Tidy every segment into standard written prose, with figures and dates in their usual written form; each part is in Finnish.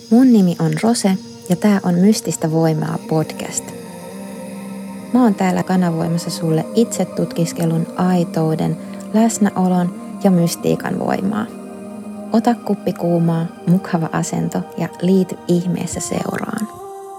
Mun nimi on Rose ja tää on Mystistä voimaa podcast. Mä oon täällä kanavoimassa sulle itse tutkiskelun, aitouden, läsnäolon ja mystiikan voimaa. Ota kuppi kuumaa, mukava asento ja liity ihmeessä seuraan.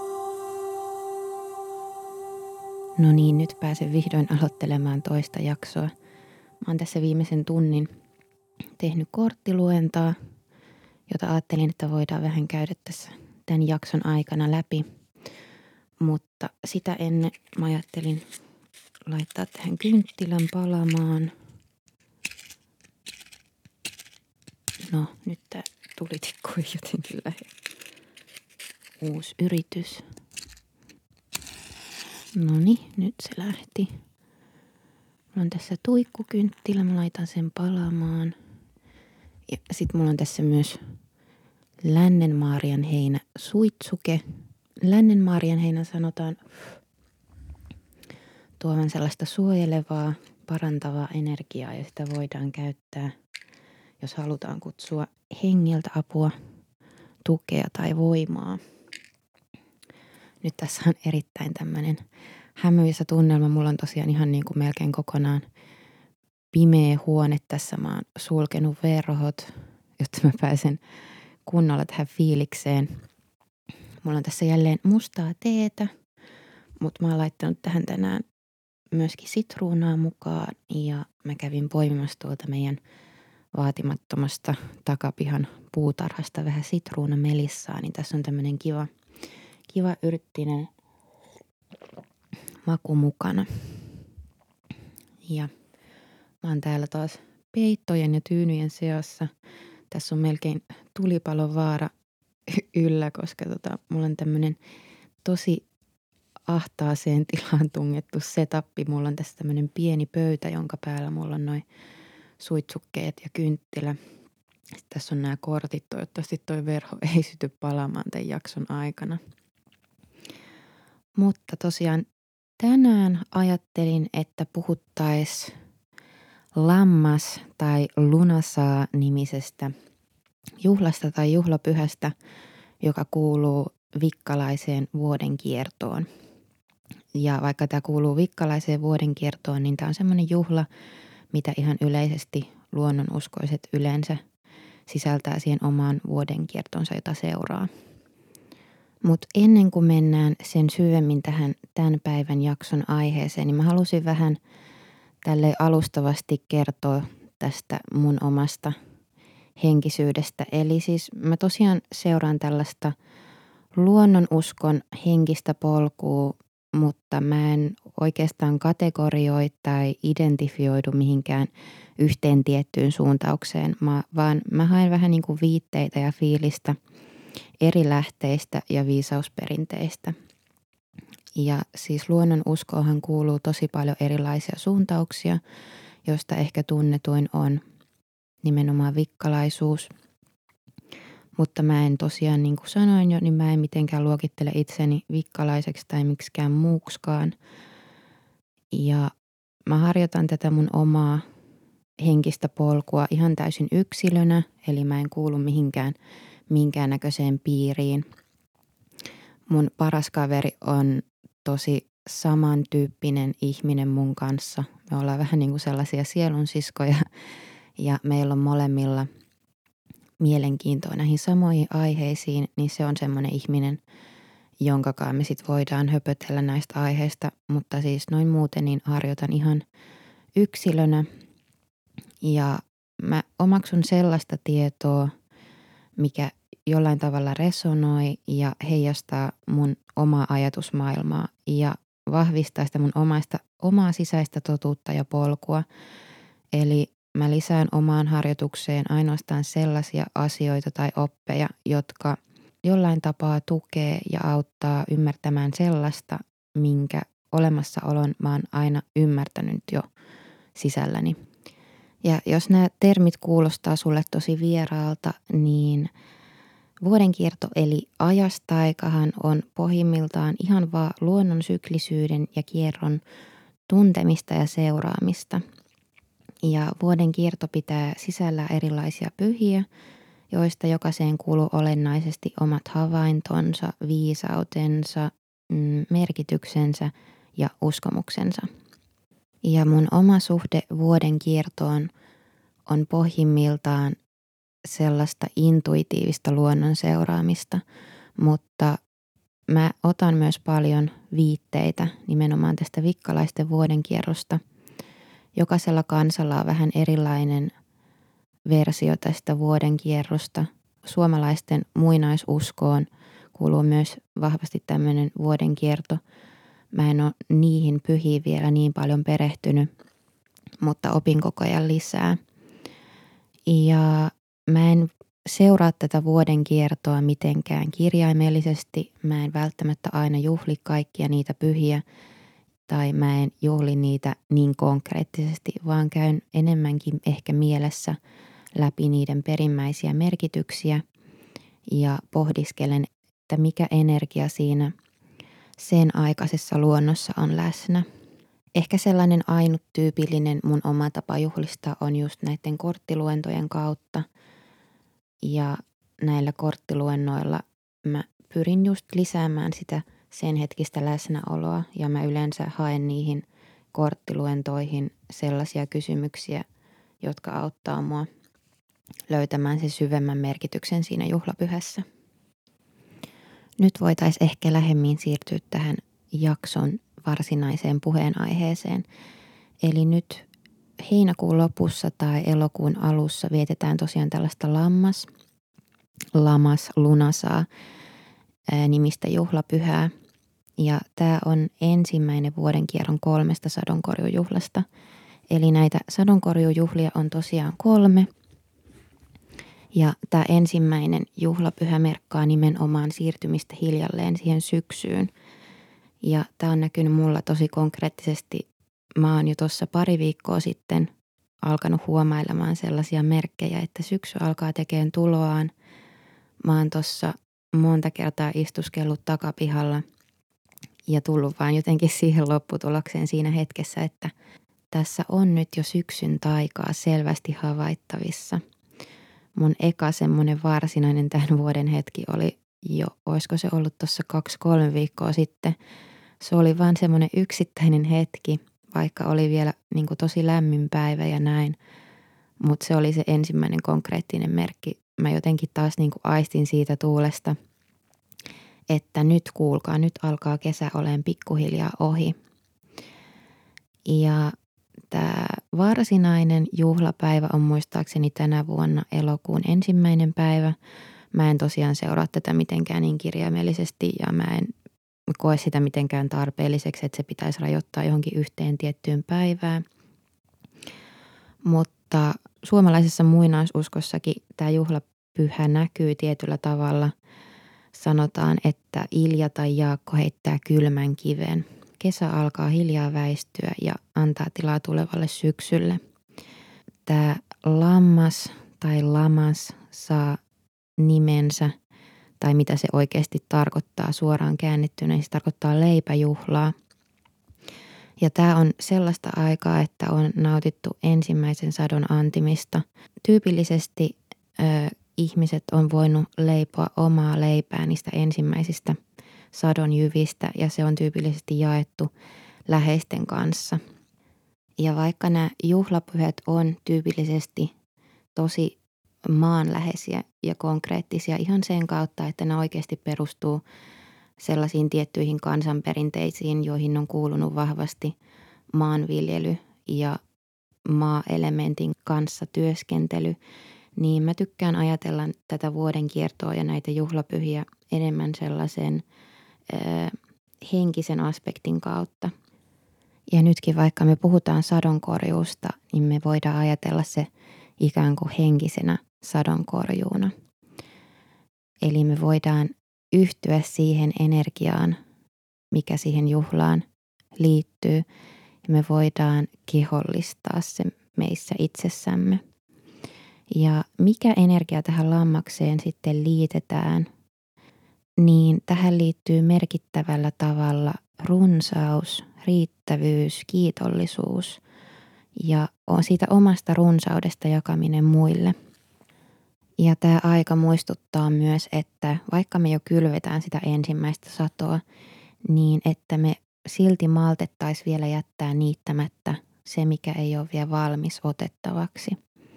No niin, nyt pääsen vihdoin aloittelemaan toista jaksoa. Mä oon tässä viimeisen tunnin tehnyt korttiluentaa, jota ajattelin, että voidaan vähän käydä tässä tämän jakson aikana läpi. Mutta sitä ennen mä ajattelin laittaa tähän kynttilän palamaan. No, nyt tää tulitikku ei jotenkin lähde. Uusi yritys. Noniin, nyt se lähti. Mulla on tässä tuikkukynttilä, mä laitan sen palamaan. Ja sit mulla on tässä myös lännenmaarianheinä suitsuke. Lännenmaarianheinä sanotaan tuovan sellaista suojelevaa, parantavaa energiaa ja sitä voidaan käyttää, jos halutaan kutsua hengiltä apua, tukea tai voimaa. Nyt tässä on erittäin tämmöinen hämyisä tunnelma. Mulla on tosiaan ihan niin kuin melkein kokonaan pimeä huone tässä. Mä oon sulkenut verhot, jotta mä pääsen kunnolla tähän fiilikseen. Mulla on tässä jälleen mustaa teetä, mutta mä oon laittanut tähän tänään myöskin sitruunaa mukaan. Ja mä kävin poimimassa tuolta meidän vaatimattomasta takapihan puutarhasta vähän sitruunamelissaa. Niin tässä on tämmönen kiva yrttinen maku mukana. Ja mä oon täällä taas peittojen ja tyynyjen seassa. Tässä on melkein tulipalon vaara yllä, koska mulla on tämmönen tosi ahtaaseen tilaan tungettu setappi. Mulla on tässä tämmönen pieni pöytä, jonka päällä mulla on noi suitsukkeet ja kynttilä. Sitten tässä on nämä kortit. Toivottavasti toi verho ei syty palaamaan tämän jakson aikana. Mutta tosiaan tänään ajattelin, että puhuttais lammas- tai lunasaa-nimisestä juhlasta tai juhlapyhästä, joka kuuluu vikkalaiseen vuodenkiertoon. Ja vaikka tämä kuuluu vikkalaiseen vuodenkiertoon, niin tämä on semmoinen juhla, mitä ihan yleisesti luonnonuskoiset yleensä sisältää siihen omaan vuodenkiertonsa, jota seuraa. Mutta ennen kuin mennään sen syvemmin tähän tämän päivän jakson aiheeseen, niin mä halusin vähän tälleen alustavasti kertoa tästä mun omasta henkisyydestä. Eli siis mä tosiaan seuraan tällaista luonnonuskon henkistä polkua, mutta mä en oikeastaan kategorioi tai identifioidu mihinkään yhteen tiettyyn suuntaukseen, vaan mä haen vähän niin kuin viitteitä ja fiilistä eri lähteistä ja viisausperinteistä. Ja siis luonnonuskoonhan kuuluu tosi paljon erilaisia suuntauksia, joista ehkä tunnetuin on nimenomaan vikkalaisuus. Mutta mä en tosiaan, niin kuin sanoin jo, niin mä en mitenkään luokittele itseni vikkalaiseksi tai miksikään muuksikaan. Ja mä harjoitan tätä mun omaa henkistä polkua ihan täysin yksilönä, eli mä en kuulu minkäännäköiseen piiriin. Mun paras kaveri on tosi samantyyppinen ihminen mun kanssa. Me ollaan vähän niin kuin sellaisia sielunsiskoja ja meillä on molemmilla mielenkiintoa näihin samoihin aiheisiin, niin se on semmoinen ihminen, jonkakaan me sit voidaan höpötellä näistä aiheista, mutta siis noin muuten niin harjoitan ihan yksilönä ja mä omaksun sellaista tietoa, mikä jollain tavalla resonoi ja heijastaa mun omaa ajatusmaailmaa ja vahvistaa sitä mun omaa sisäistä totuutta ja polkua. Eli mä lisään omaan harjoitukseen ainoastaan sellaisia asioita tai oppeja, jotka jollain tapaa tukee ja auttaa ymmärtämään sellaista, minkä olemassaolon mä oon aina ymmärtänyt jo sisälläni. Ja jos nämä termit kuulostaa sulle tosi vieraalta, niin vuodenkierto eli ajastaikahan on pohjimmiltaan ihan vaan luonnon syklisyyden ja kierron tuntemista ja seuraamista. Ja vuodenkierto pitää sisällä erilaisia pyhiä joista jokaiseen kuuluu olennaisesti omat havaintonsa, viisautensa, merkityksensä ja uskomuksensa. Ja mun oma suhde vuoden kiertoon on pohjimmiltaan sellaista intuitiivista luonnon seuraamista, mutta mä otan myös paljon viitteitä nimenomaan tästä vikkalaisten vuodenkierrosta. Jokaisella kansalla on vähän erilainen versio tästä vuodenkierrosta. Suomalaisten muinaisuskoon kuuluu myös vahvasti tämmöinen vuodenkierto. Mä en ole niihin pyhiin vielä niin paljon perehtynyt, mutta opin koko ajan lisää. Ja mä en seuraa tätä vuodenkiertoa mitenkään kirjaimellisesti. Mä en välttämättä aina juhli kaikkia niitä pyhiä tai mä en juhli niitä niin konkreettisesti, vaan käyn enemmänkin ehkä mielessä läpi niiden perimmäisiä merkityksiä ja pohdiskelen, että mikä energia siinä sen aikaisessa luonnossa on läsnä. Ehkä sellainen ainut tyypillinen mun oma tapa juhlistaa on just näiden korttiluentojen kautta. Ja näillä korttiluennoilla mä pyrin just lisäämään sitä sen hetkistä läsnäoloa ja mä yleensä haen niihin korttiluentoihin sellaisia kysymyksiä, jotka auttaa mua löytämään sen syvemmän merkityksen siinä juhlapyhässä. Nyt voitaisiin ehkä lähemmin siirtyä tähän jakson varsinaiseen puheenaiheeseen. Eli nyt heinäkuun lopussa tai elokuun alussa vietetään tosiaan tällaista Lamas Lunasaa nimistä juhlapyhää. Ja tämä on ensimmäinen vuodenkierron 3 sadonkorjuujuhlasta. Eli näitä sadonkorjuujuhlia on tosiaan 3. Ja tämä ensimmäinen juhlapyhä merkkaa nimenomaan siirtymistä hiljalleen siihen syksyyn. Ja tämä on näkynyt mulla tosi konkreettisesti. Mä oon jo tuossa pari viikkoa sitten alkanut huomailemaan sellaisia merkkejä, että syksy alkaa tekemään tuloaan. Mä oon tuossa monta kertaa istuskellut takapihalla ja tullut vaan jotenkin siihen lopputulokseen siinä hetkessä, että tässä on nyt jo syksyn taikaa selvästi havaittavissa. Mun eka semmoinen varsinainen tämän vuoden hetki oli jo, olisiko se ollut tuossa 2-3 viikkoa sitten. Se oli vaan semmoinen yksittäinen hetki, vaikka oli vielä niin kuin tosi lämmin päivä ja näin. Mutta se oli se ensimmäinen konkreettinen merkki. Mä jotenkin taas niin kuin aistin siitä tuulesta, että nyt kuulkaa, nyt alkaa kesä olemaan pikkuhiljaa ohi. Ja tämä varsinainen juhlapäivä on muistaakseni tänä vuonna elokuun 1. päivä. Mä en tosiaan seuraa tätä mitenkään niin kirjaimellisesti ja mä en koe sitä mitenkään tarpeelliseksi, että se pitäisi rajoittaa johonkin yhteen tiettyyn päivään. Mutta suomalaisessa muinaisuskossakin tämä juhlapyhä näkyy tietyllä tavalla. Sanotaan, että Ilja tai Jaakko heittää kylmän kiven. Kesä alkaa hiljaa väistyä ja antaa tilaa tulevalle syksylle. Tämä lammas tai lamas saa nimensä, tai mitä se oikeasti tarkoittaa suoraan käännettynä, niin se tarkoittaa leipäjuhlaa. Ja tämä on sellaista aikaa, että on nautittu ensimmäisen sadon antimista. Tyypillisesti ihmiset on voinut leipoa omaa leipää niistä ensimmäisistä sadon jyvistä ja se on tyypillisesti jaettu läheisten kanssa. Ja vaikka nämä juhlapyhät on tyypillisesti tosi maanläheisiä ja konkreettisia ihan sen kautta, että ne oikeasti perustuu sellaisiin tiettyihin kansanperinteisiin, joihin on kuulunut vahvasti maanviljely ja maa-elementin kanssa työskentely, niin mä tykkään ajatella tätä vuodenkiertoa ja näitä juhlapyhiä enemmän sellaisen henkisen aspektin kautta. Ja nytkin vaikka me puhutaan sadonkorjuusta, niin me voidaan ajatella se ikään kuin henkisenä sadonkorjuuna. Eli me voidaan yhtyä siihen energiaan, mikä siihen juhlaan liittyy. Ja me voidaan kehollistaa se meissä itsessämme. Ja mikä energia tähän lammakseen sitten liitetään, niin tähän liittyy merkittävällä tavalla runsaus, riittävyys, kiitollisuus ja on siitä omasta runsaudesta jakaminen muille. Ja tämä aika muistuttaa myös, että vaikka me jo kylvetään sitä ensimmäistä satoa, niin että me silti maltettaisiin vielä jättää niittämättä se, mikä ei ole vielä valmis otettavaksi.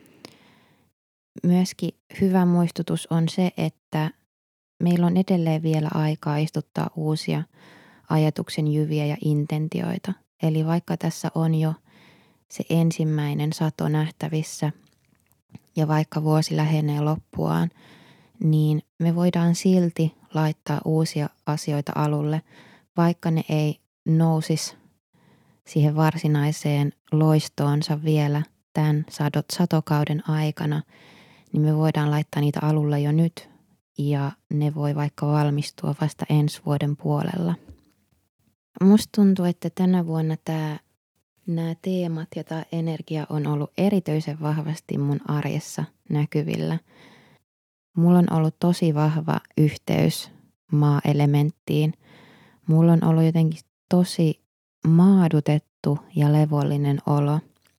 Myöskin hyvä muistutus on se, että meillä on edelleen vielä aikaa istuttaa uusia ajatuksen jyviä ja intentioita. Eli vaikka tässä on jo se ensimmäinen sato nähtävissä ja vaikka vuosi lähenee loppuaan, niin me voidaan silti laittaa uusia asioita alulle, vaikka ne ei nousisi siihen varsinaiseen loistoonsa vielä tämän satokauden aikana, niin me voidaan laittaa niitä alulle jo nyt ja ne voi vaikka valmistua vasta ensi vuoden puolella. Musta tuntuu, että tänä vuonna nämä teemat ja tämä energia on ollut erityisen vahvasti mun arjessa näkyvillä. Mulla on ollut tosi vahva yhteys maa-elementtiin. Mulla on ollut jotenkin tosi maadutettu ja levollinen olo.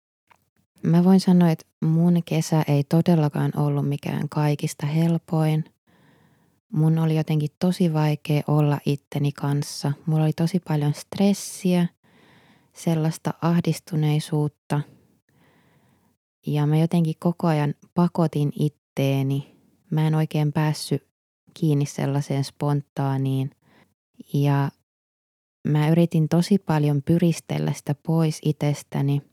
Mä voin sanoa, että mun kesä ei todellakaan ollut mikään kaikista helpoin. Mun oli jotenkin tosi vaikea olla itteni kanssa. Mulla oli tosi paljon stressiä, sellaista ahdistuneisuutta. Ja mä jotenkin koko ajan pakotin itteeni. Mä en oikein päässyt kiinni sellaiseen spontaaniin. Ja mä yritin tosi paljon pyristellä sitä pois itsestäni.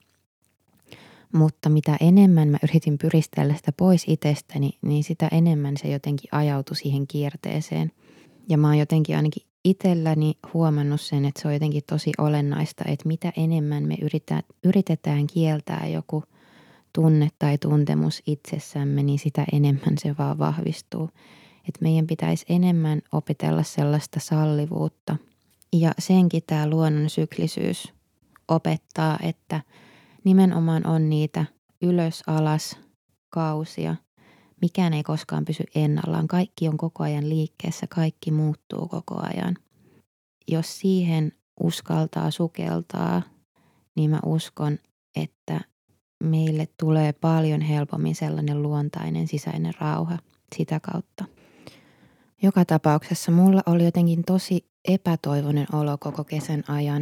Mutta mitä enemmän mä yritin pyristellä sitä pois itsestäni, niin sitä enemmän se jotenkin ajautui siihen kierteeseen. Ja mä oon jotenkin ainakin itselläni huomannut sen, että se on jotenkin tosi olennaista, että mitä enemmän me yritetään kieltää joku tunne tai tuntemus itsessämme, niin sitä enemmän se vaan vahvistuu. Että meidän pitäisi enemmän opetella sellaista sallivuutta. Ja senkin tämä luonnon syklisyys opettaa, että nimenomaan on niitä ylös-alas kausia. Mikään ei koskaan pysy ennallaan. Kaikki on koko ajan liikkeessä, kaikki muuttuu koko ajan. Jos siihen uskaltaa sukeltaa, niin mä uskon, että meille tulee paljon helpommin sellainen luontainen sisäinen rauha sitä kautta. Joka tapauksessa mulla oli jotenkin tosi epätoivoinen olo koko kesän ajan.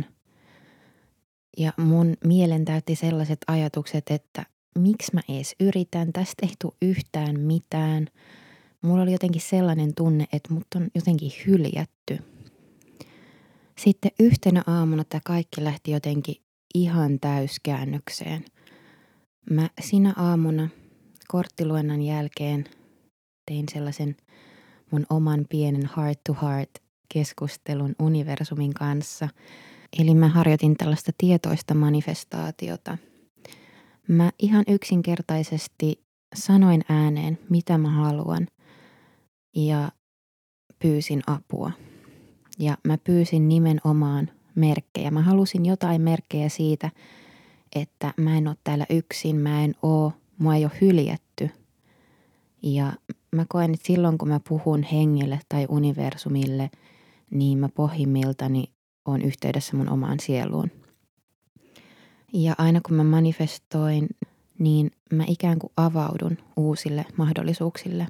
Ja mun mielen täytti sellaiset ajatukset, että miksi mä edes yritän, tästä ei tule yhtään mitään. Mulla oli jotenkin sellainen tunne, että mut on jotenkin hyljätty. Sitten yhtenä aamuna tämä kaikki lähti jotenkin ihan täyskäännökseen. Mä sinä aamuna korttiluennan jälkeen tein sellaisen mun oman pienen heart-to-heart keskustelun universumin kanssa. Eli mä harjoitin tällaista tietoista manifestaatiota. Mä ihan yksinkertaisesti sanoin ääneen, mitä mä haluan ja pyysin apua. Ja mä pyysin nimenomaan merkkejä. Mä halusin jotain merkkejä siitä, että mä en ole täällä yksin, mua ei ole hyljätty. Ja mä koen, että silloin kun mä puhun hengelle tai universumille, niin mä pohjimmiltani oon yhteydessä mun omaan sieluun. Ja aina kun mä manifestoin, niin mä ikään kuin avaudun uusille mahdollisuuksille.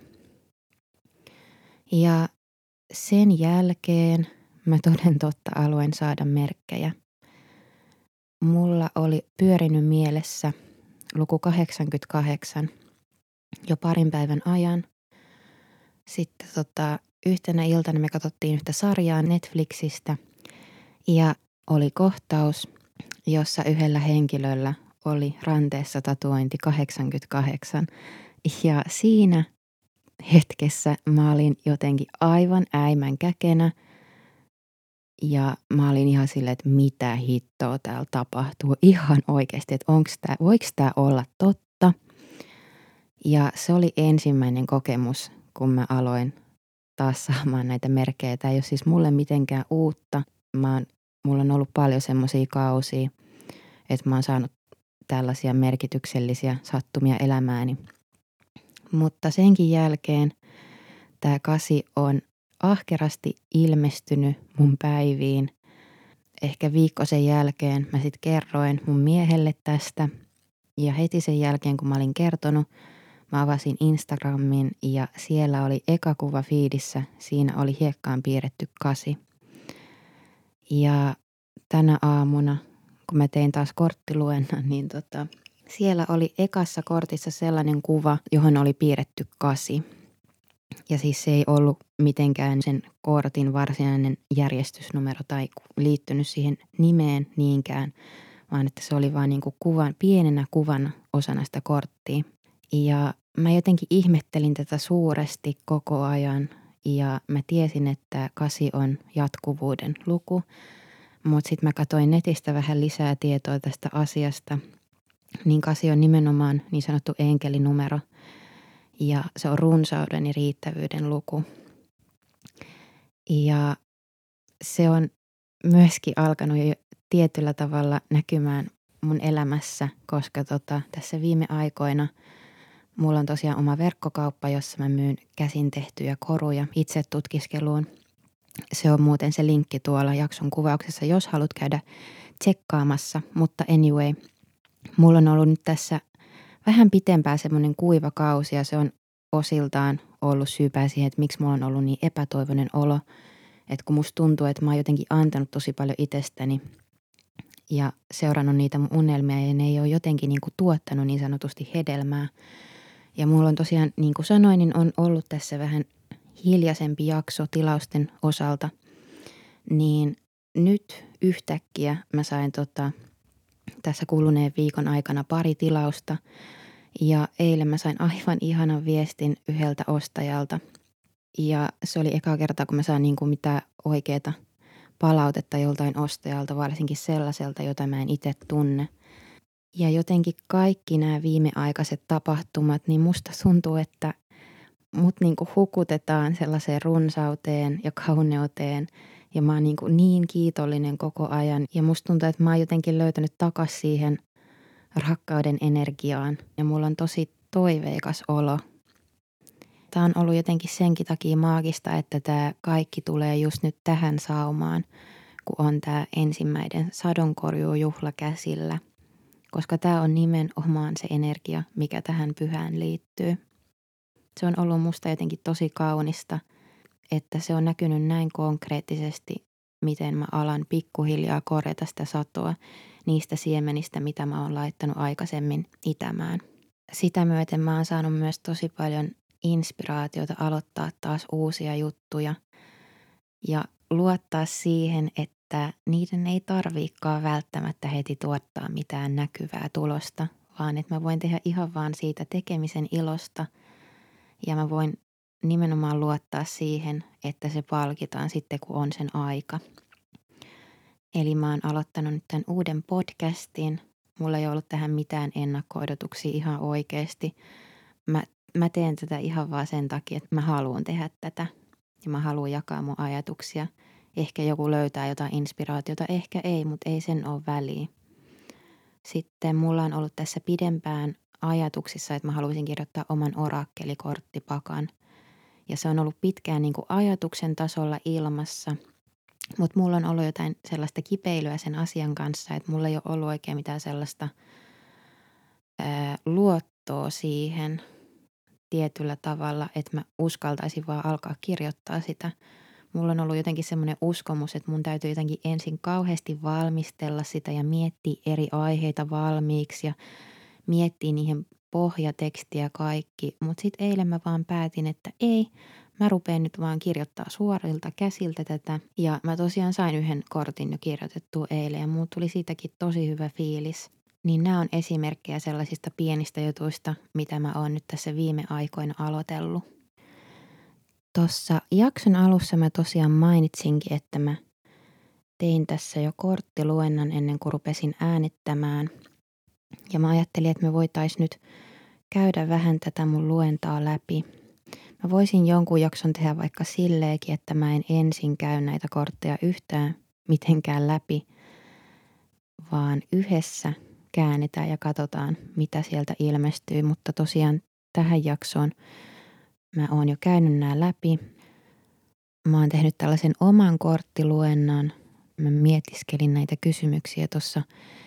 Ja sen jälkeen mä toden totta aloin saada merkkejä. Mulla oli pyörinyt mielessä luku 88 jo parin päivän ajan. Sitten yhtenä iltana me katsottiin yhtä sarjaa Netflixistä ja oli kohtaus, jossa yhdellä henkilöllä oli ranteessa tatuointi 88. Ja siinä hetkessä mä olin jotenkin aivan äimän käkenä. Ja mä olin ihan silleen, että mitä hittoa täällä tapahtuu ihan oikeasti, että voiko tää olla totta. Ja se oli ensimmäinen kokemus, kun mä aloin taas saamaan näitä merkkejä. Tämä ei ole siis mulle mitenkään uutta. Mulla on ollut paljon semmoisia kausia, että mä oon saanut tällaisia merkityksellisiä sattumia elämääni. Mutta senkin jälkeen tämä 8 on ahkerasti ilmestynyt mun päiviin. Ehkä viikko sen jälkeen mä sitten kerroin mun miehelle tästä. Ja heti sen jälkeen, kun mä olin kertonut, mä avasin Instagramin ja siellä oli eka kuva feedissä, siinä oli hiekkaan piirretty 8. Ja tänä aamuna, kun mä tein taas korttiluennan, niin siellä oli ekassa kortissa sellainen kuva, johon oli piirretty 8. Ja siis se ei ollut mitenkään sen kortin varsinainen järjestysnumero tai liittynyt siihen nimeen niinkään, vaan että se oli vaan niin kuin pienenä kuvan osana sitä korttia. Ja mä jotenkin ihmettelin tätä suuresti koko ajan ja mä tiesin, että 8 on jatkuvuuden luku, mutta sitten mä katsoin netistä vähän lisää tietoa tästä asiasta, niin 8 on nimenomaan niin sanottu enkelinumero ja se on runsauden ja riittävyyden luku. Ja se on myöskin alkanut jo tietyllä tavalla näkymään mun elämässä, koska tässä viime aikoina mulla on tosiaan oma verkkokauppa, jossa mä myyn käsin tehtyjä koruja itse tutkiskeluun. Se on muuten se linkki tuolla jakson kuvauksessa, jos haluat käydä tsekkaamassa. Mutta anyway, mulla on ollut nyt tässä vähän pitempään semmoinen kuiva kausi ja se on osiltaan ollut syypää siihen, että miksi mulla on ollut niin epätoivoinen olo. Että kun musta tuntuu, että mä oon jotenkin antanut tosi paljon itsestäni ja seurannut niitä mun unelmia ja ne ei ole jotenkin niin kuin tuottanut niin sanotusti hedelmää. Ja mulla on tosiaan, niin kuin sanoin, niin on ollut tässä vähän hiljaisempi jakso tilausten osalta. Niin nyt yhtäkkiä mä sain tässä kuluneen viikon aikana 2 tilausta. Ja eilen mä sain aivan ihanan viestin yhdeltä ostajalta. Ja se oli eka kerta, kun mä sain niin kuin mitään oikeaa palautetta joltain ostajalta, varsinkin sellaiselta, jota mä en itse tunne. Ja jotenkin kaikki nämä viimeaikaiset tapahtumat, niin musta tuntuu, että mut niinku hukutetaan sellaiseen runsauteen ja kauneuteen. Ja mä oon niin kiitollinen koko ajan. Ja musta tuntuu, että mä oon jotenkin löytänyt takas siihen rakkauden energiaan. Ja mulla on tosi toiveikas olo. Tää on ollut jotenkin senkin takia maagista, että tää kaikki tulee just nyt tähän saumaan, kun on tää ensimmäinen sadonkorjuujuhla käsillä. Koska tää on nimenomaan se energia, mikä tähän pyhään liittyy. Se on ollut musta jotenkin tosi kaunista, että se on näkynyt näin konkreettisesti, miten mä alan pikkuhiljaa korjata sitä satoa niistä siemenistä, mitä mä oon laittanut aikaisemmin itämään. Sitä myöten mä oon saanut myös tosi paljon inspiraatiota aloittaa taas uusia juttuja ja luottaa siihen, että niiden ei tarviikaan välttämättä heti tuottaa mitään näkyvää tulosta, vaan että mä voin tehdä ihan vaan siitä tekemisen ilosta ja mä voin nimenomaan luottaa siihen, että se palkitaan sitten, kun on sen aika. Eli mä oon aloittanut nyt tämän uuden podcastin. Mulla ei ollut tähän mitään ennakko-odotuksia ihan oikeasti. Mä teen tätä ihan vaan sen takia, että mä haluan tehdä tätä ja mä haluan jakaa mun ajatuksia. Ehkä joku löytää jotain inspiraatiota, ehkä ei, mutta ei sen ole väliä. Sitten mulla on ollut tässä pidempään ajatuksissa, että mä haluaisin kirjoittaa oman orakkelikorttipakan. Ja se on ollut pitkään niin kuin ajatuksen tasolla ilmassa, mutta mulla on ollut jotain sellaista kipeilyä sen asian kanssa, että mulla ei ole ollut oikein mitään sellaista luottoa siihen tietyllä tavalla, että mä uskaltaisin vaan alkaa kirjoittaa sitä. Mulla on ollut jotenkin semmoinen uskomus, että mun täytyy jotenkin ensin kauheasti valmistella sitä ja miettiä eri aiheita valmiiksi ja miettiä niihin pohjatekstiä kaikki. Mutta sitten eilen mä vaan päätin, että ei, mä rupean nyt vaan kirjoittaa suorilta käsiltä tätä. Ja mä tosiaan sain yhden kortin jo kirjoitettua eilen ja mulla tuli siitäkin tosi hyvä fiilis. Niin nämä on esimerkkejä sellaisista pienistä jutuista, mitä mä oon nyt tässä viime aikoina aloitellut. Tuossa jakson alussa mä tosiaan mainitsinkin, että mä tein tässä jo korttiluennan ennen kuin rupesin äänittämään. Ja mä ajattelin, että me voitaisiin nyt käydä vähän tätä mun luentaa läpi. Mä voisin jonkun jakson tehdä vaikka silleenkin, että mä en ensin käy näitä kortteja yhtään mitenkään läpi, vaan yhdessä käännetään ja katsotaan, mitä sieltä ilmestyy. Mutta tosiaan tähän jaksoon mä oon jo käynyt nämä läpi. Mä oon tehnyt tällaisen oman korttiluennan. Mä mietiskelin näitä kysymyksiä tuossa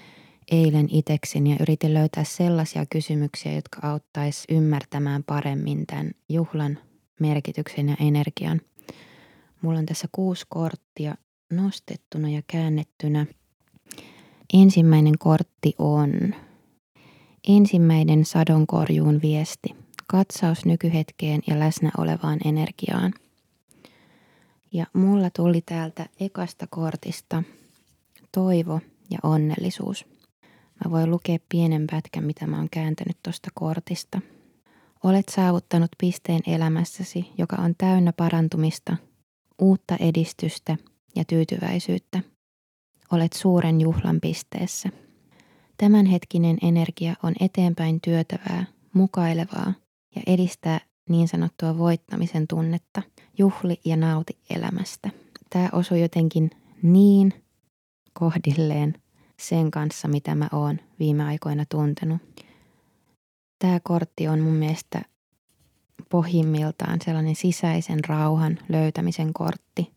eilen itekseni ja yritin löytää sellaisia kysymyksiä, jotka auttais ymmärtämään paremmin tämän juhlan merkityksen ja energian. Mulla on tässä 6 korttia nostettuna ja käännettynä. Ensimmäinen kortti on ensimmäinen sadonkorjuun viesti. Katsaus nykyhetkeen ja läsnä olevaan energiaan. Ja mulla tuli täältä ekasta kortista toivo ja onnellisuus. Mä voin lukea pienen pätkän, mitä mä oon kääntänyt tosta kortista. Olet saavuttanut pisteen elämässäsi, joka on täynnä parantumista, uutta edistystä ja tyytyväisyyttä. Olet suuren juhlan pisteessä. Tämänhetkinen energia on eteenpäin työtävää, mukailevaa ja edistää niin sanottua voittamisen tunnetta. Juhli ja nauti elämästä. Tää osui jotenkin niin kohdilleen sen kanssa, mitä mä oon viime aikoina tuntenut. Tää kortti on mun mielestä pohjimmiltaan sellainen sisäisen rauhan löytämisen kortti.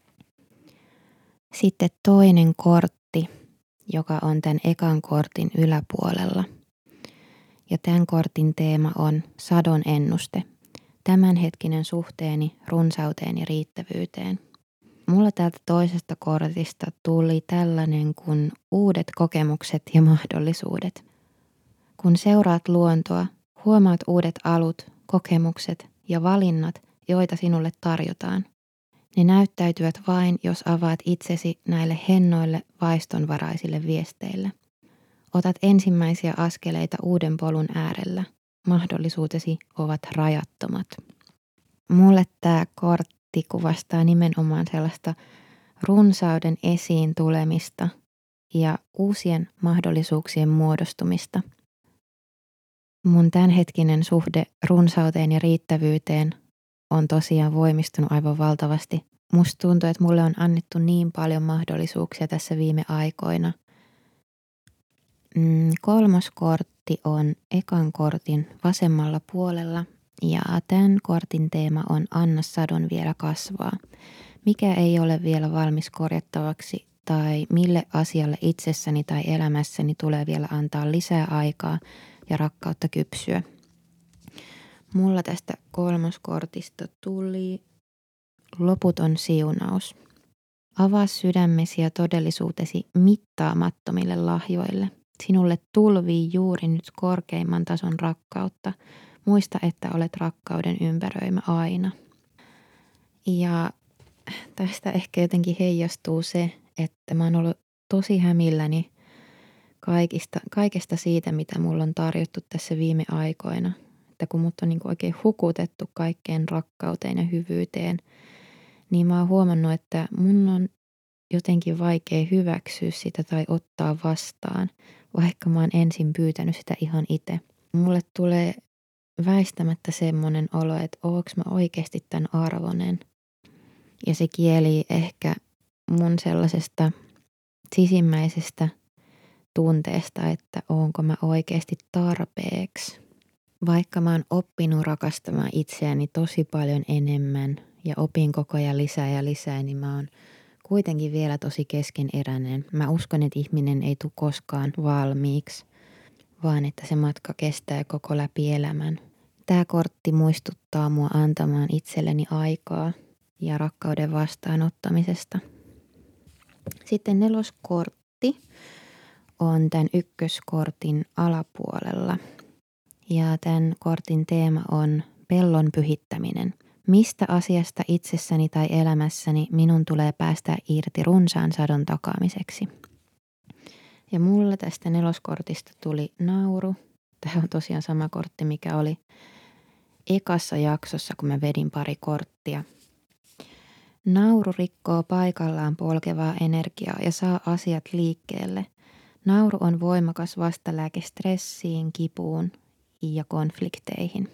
Sitten toinen kortti, joka on tämän ekan kortin yläpuolella. Ja tämän kortin teema on sadon ennuste. Tämänhetkinen suhteeni runsauteen ja riittävyyteen. Mulla täältä toisesta kortista tuli tällainen kuin uudet kokemukset ja mahdollisuudet. Kun seuraat luontoa, huomaat uudet alut, kokemukset ja valinnat, joita sinulle tarjotaan. Ne näyttäytyvät vain, jos avaat itsesi näille hennoille vaistonvaraisille viesteille. Otat ensimmäisiä askeleita uuden polun äärellä. Mahdollisuutesi ovat rajattomat. Mulle tämä kortti kuvastaa nimenomaan sellaista runsauden esiin tulemista ja uusien mahdollisuuksien muodostumista. Mun tämänhetkinen suhde runsauteen ja riittävyyteen on tosiaan voimistunut aivan valtavasti. Musta tuntuu, että mulle on annettu niin paljon mahdollisuuksia tässä viime aikoina. Kolmas kortti on ekan kortin vasemmalla puolella ja tämän kortin teema on Anna sadon vielä kasvaa. Mikä ei ole vielä valmis korjattavaksi tai mille asialle itsessäni tai elämässäni tulee vielä antaa lisää aikaa ja rakkautta kypsyä. Mulla tästä kolmoskortista tuli loputon siunaus. Avaa sydämesi ja todellisuutesi mittaamattomille lahjoille. Sinulle tulvii juuri nyt korkeimman tason rakkautta. Muista, että olet rakkauden ympäröimä aina. Ja tästä ehkä jotenkin heijastuu se, että mä oon ollut tosi hämilläni kaikesta siitä, mitä mulla on tarjottu tässä viime aikoina. Että kun mut on niin kuin oikein hukutettu kaikkeen rakkauteen ja hyvyyteen, niin mä oon huomannut, että mun on jotenkin vaikea hyväksyä sitä tai ottaa vastaan, vaikka mä oon ensin pyytänyt sitä ihan itse. Mulle tulee väistämättä semmoinen olo, että oonko mä oikeasti tämän arvoinen. Ja se kieli ehkä mun sellaisesta sisimmäisestä tunteesta, että oonko mä oikeasti tarpeeksi. Vaikka mä oon oppinut rakastamaan itseäni tosi paljon enemmän ja opin koko ajan lisää ja lisää, niin mä oon kuitenkin vielä tosi keskeneräinen. Mä uskon, että ihminen ei tule koskaan valmiiksi, vaan että se matka kestää koko läpi elämän. Tää kortti muistuttaa mua antamaan itselleni aikaa ja rakkauden vastaanottamisesta. Sitten neloskortti on tämän ykköskortin alapuolella. Ja tämän kortin teema on pellon pyhittäminen. Mistä asiasta itsessäni tai elämässäni minun tulee päästä irti runsaan sadon takaamiseksi? Ja mulla tästä neloskortista tuli nauru. Tämä on tosiaan sama kortti, mikä oli ekassa jaksossa, kun mä vedin pari korttia. Nauru rikkoo paikallaan polkevaa energiaa ja saa asiat liikkeelle. Nauru on voimakas vastalääke stressiin, kipuun ja konflikteihin.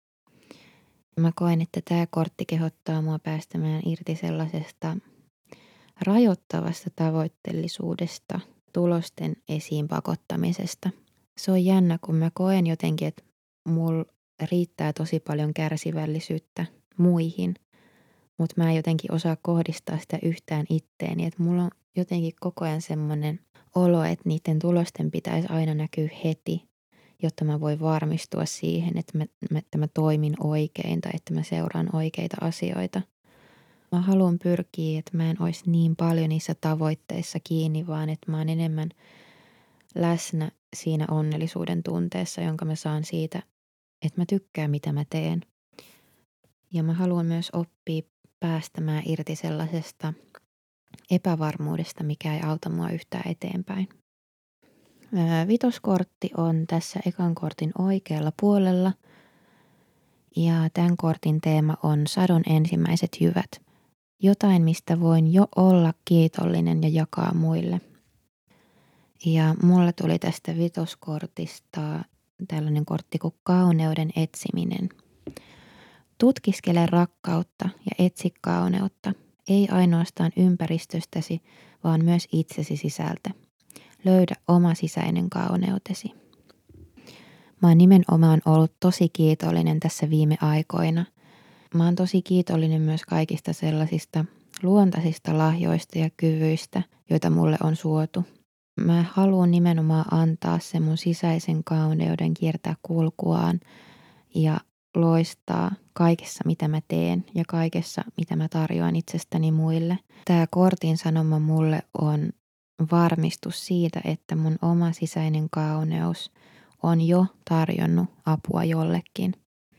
Mä koen, että tämä kortti kehottaa mua päästämään irti sellaisesta rajoittavasta tavoitteellisuudesta, tulosten esiin pakottamisesta. Se on jännä, kun mä koen jotenkin, että mulla riittää tosi paljon kärsivällisyyttä muihin, mutta mä en jotenkin osaa kohdistaa sitä yhtään itteeni. Että mulla on jotenkin koko ajan semmoinen olo, että niiden tulosten pitäisi aina näkyä heti, jotta mä voin varmistua siihen, että mä toimin oikein tai että mä seuraan oikeita asioita. Mä haluan pyrkiä, että mä en olisi niin paljon niissä tavoitteissa kiinni, vaan että mä oon enemmän läsnä siinä onnellisuuden tunteessa, jonka mä saan siitä, että mä tykkään mitä mä teen. Ja mä haluan myös oppia päästämään irti sellaisesta epävarmuudesta, mikä ei auta mua yhtään eteenpäin. Vitoskortti on tässä ekan kortin oikealla puolella ja tämän kortin teema on sadon ensimmäiset jyvät. Jotain, mistä voin jo olla kiitollinen ja jakaa muille. Ja mulle tuli tästä vitoskortista tällainen kortti kuin kauneuden etsiminen. Tutkiskele rakkautta ja etsi kauneutta, ei ainoastaan ympäristöstäsi, vaan myös itsesi sisältä. Löydä oma sisäinen kauneutesi. Mä oon nimenomaan ollut tosi kiitollinen tässä viime aikoina. Mä oon tosi kiitollinen myös kaikista sellaisista luontaisista lahjoista ja kyvyistä, joita mulle on suotu. Mä haluan nimenomaan antaa sen mun sisäisen kauneuden kiertää kulkuaan ja loistaa kaikessa, mitä mä teen ja kaikessa, mitä mä tarjoan itsestäni muille. Tää kortin sanoma mulle on varmistus siitä, että mun oma sisäinen kauneus on jo tarjonnut apua jollekin.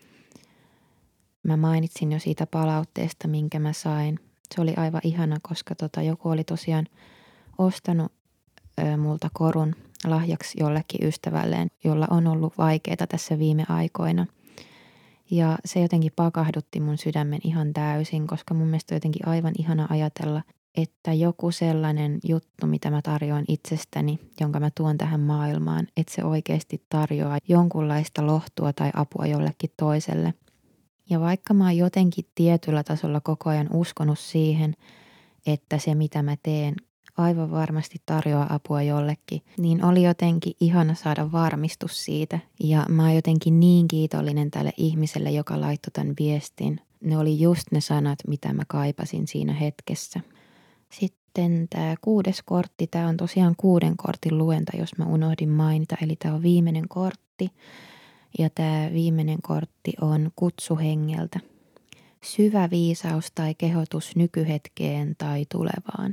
Mä mainitsin jo siitä palautteesta, minkä mä sain. Se oli aivan ihana, koska joku oli tosiaan ostanut multa korun lahjaksi jollekin ystävälleen, jolla on ollut vaikeaa tässä viime aikoina. Ja se jotenkin pakahdutti mun sydämen ihan täysin, koska mun mielestä on jotenkin aivan ihana ajatella, että joku sellainen juttu, mitä mä tarjoan itsestäni, jonka mä tuon tähän maailmaan, että se oikeasti tarjoaa jonkunlaista lohtua tai apua jollekin toiselle. Ja vaikka mä oon jotenkin tietyllä tasolla koko ajan uskonut siihen, että se mitä mä teen aivan varmasti tarjoaa apua jollekin, niin oli jotenkin ihana saada varmistus siitä. Ja mä oon jotenkin niin kiitollinen tälle ihmiselle, joka laittoi tämän viestin. Ne oli just ne sanat, mitä mä kaipasin siinä hetkessä. Sitten tämä 6. kortti, tämä on tosiaan 6 kortin luenta, jos mä unohdin mainita. Eli tämä on viimeinen kortti ja tämä viimeinen kortti on kutsu hengeltä. Syvä viisaus tai kehotus nykyhetkeen tai tulevaan.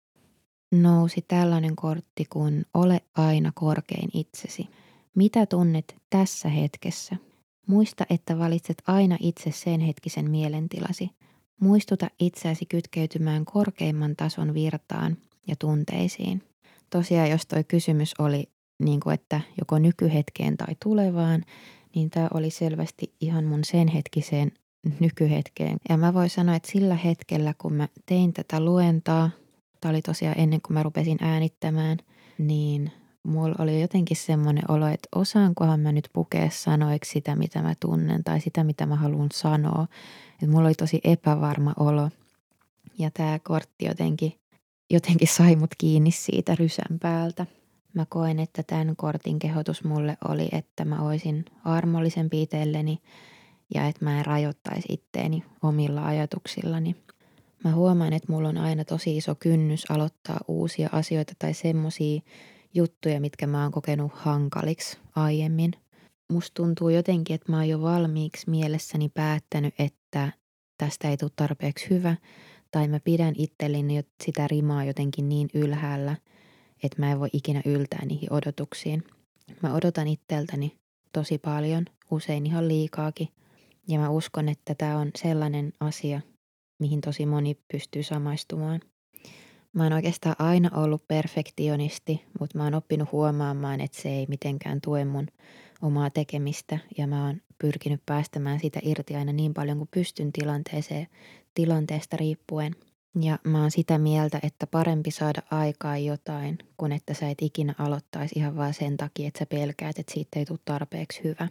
Nousi tällainen kortti kuin ole aina korkein itsesi. Mitä tunnet tässä hetkessä? Muista, että valitset aina itse sen hetkisen mielentilasi. Muistuta itseäsi kytkeytymään korkeimman tason virtaan ja tunteisiin. Tosiaan, jos toi kysymys oli että joko nykyhetkeen tai tulevaan, niin tämä oli selvästi ihan mun sen hetkiseen nykyhetkeen. Ja mä voin sanoa, että sillä hetkellä, kun mä tein tätä luentaa, tämä oli tosiaan ennen kuin mä rupesin äänittämään, niin mulla oli jotenkin semmoinen olo, että osaankohan mä nyt pukea sanoiksi sitä, mitä mä tunnen tai sitä, mitä mä haluan sanoa. Että mulla oli tosi epävarma olo ja tämä kortti jotenkin sai mut kiinni siitä rysän päältä. Mä koen, että tämän kortin kehotus mulle oli, että mä oisin armollisempi itselleni ja että mä en rajoittaisi itteeni omilla ajatuksillani. Mä huomaan, että mulla on aina tosi iso kynnys aloittaa uusia asioita tai semmosia juttuja, mitkä mä oon kokenut hankaliksi aiemmin. Musta tuntuu jotenkin, että mä oon jo valmiiksi mielessäni päättänyt, että tästä ei tule tarpeeksi hyvä. Tai mä pidän itselleni sitä rimaa jotenkin niin ylhäällä, että mä en voi ikinä yltää niihin odotuksiin. Mä odotan itseltäni tosi paljon, usein ihan liikaakin. Ja mä uskon, että tää on sellainen asia, mihin tosi moni pystyy samaistumaan. Mä oon oikeastaan aina ollut perfektionisti, mutta mä oon oppinut huomaamaan, että se ei mitenkään tue mun omaa tekemistä. Ja mä oon pyrkinyt päästämään sitä irti aina niin paljon kuin pystyn tilanteesta riippuen. Ja mä oon sitä mieltä, että parempi saada aikaan jotain, kun että sä et ikinä aloittaisi ihan vaan sen takia, että sä pelkäät, että siitä ei tule tarpeeksi hyvä.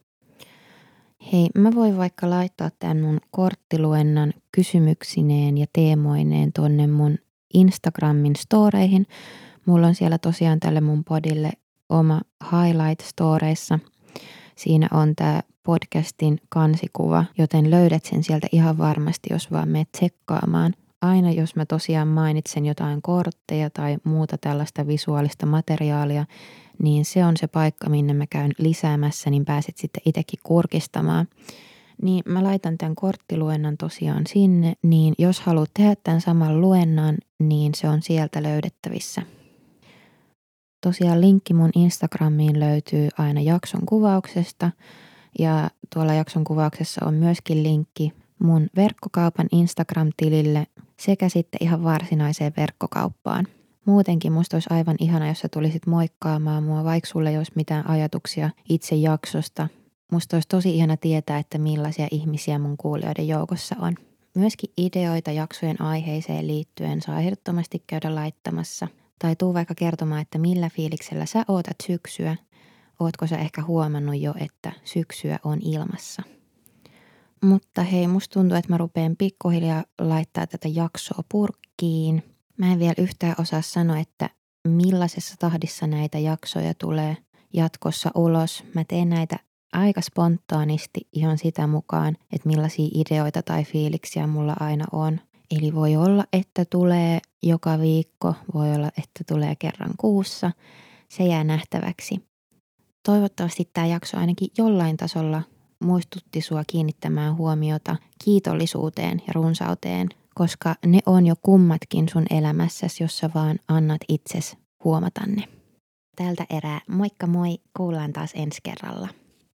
Hei, mä voin vaikka laittaa tämän mun korttiluennan kysymyksineen ja teemoineen tonne mun Instagramin storeihin. Mulla on siellä tosiaan tälle mun podille oma highlight storeissa. Siinä on tää podcastin kansikuva, joten löydät sen sieltä ihan varmasti, jos vaan meet tsekkaamaan. aina jos mä tosiaan mainitsen jotain kortteja tai muuta tällaista visuaalista materiaalia, niin se on se paikka, minne mä käyn lisäämässä, niin pääset sitten itsekin kurkistamaan. Niin mä laitan tämän korttiluennan tosiaan sinne, niin jos haluat tehdä tämän saman luennan, niin se on sieltä löydettävissä. Tosiaan linkki mun Instagramiin löytyy aina jakson kuvauksesta ja tuolla jakson kuvauksessa on myöskin linkki mun verkkokaupan Instagram-tilille sekä sitten ihan varsinaiseen verkkokauppaan. Muutenkin musta olisi aivan ihana, jos sä tulisit moikkaamaan mua, vaikka sulle ei olisi mitään ajatuksia itse jaksosta. Musta olisi tosi ihana tietää, että millaisia ihmisiä mun kuulijoiden joukossa on. Myöskin ideoita jaksojen aiheeseen liittyen saa ehdottomasti käydä laittamassa. Tai tuu vaikka kertomaan, että millä fiiliksellä sä ootat syksyä. Ootko sä ehkä huomannut jo, että syksyä on ilmassa. Mutta hei, musta tuntuu, että mä rupeen pikkuhiljaa laittaa tätä jaksoa purkkiin. Mä en vielä yhtään osaa sanoa, että millaisessa tahdissa näitä jaksoja tulee jatkossa ulos. Mä teen näitä aika spontaanisti ihan sitä mukaan, että millaisia ideoita tai fiiliksiä mulla aina on. Eli voi olla, että tulee joka viikko, voi olla, että tulee kerran kuussa. Se jää nähtäväksi. Toivottavasti tämä jakso ainakin jollain tasolla muistutti sua kiinnittämään huomiota kiitollisuuteen ja runsauteen, koska ne on jo kummatkin sun elämässäsi, jos sä vaan annat itses huomata ne. Tältä erää moikka moi, kuullaan taas ensi kerralla.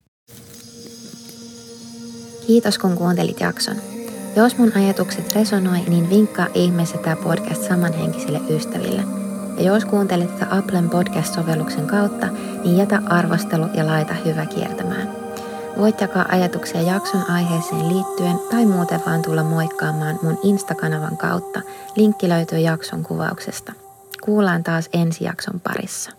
Kiitos kun kuuntelit jakson. Jos mun ajatukset resonoi, niin vinkkaa ihmeessä tää podcast samanhenkisille ystäville. Ja jos kuuntelet tätä Applen podcast-sovelluksen kautta, niin jätä arvostelu ja laita hyvä kiertämään. Voit jakaa ajatuksia jakson aiheeseen liittyen tai muuten vaan tulla moikkaamaan mun Insta-kanavan kautta. Linkki löytyy jakson kuvauksesta. Kuullaan taas ensi jakson parissa.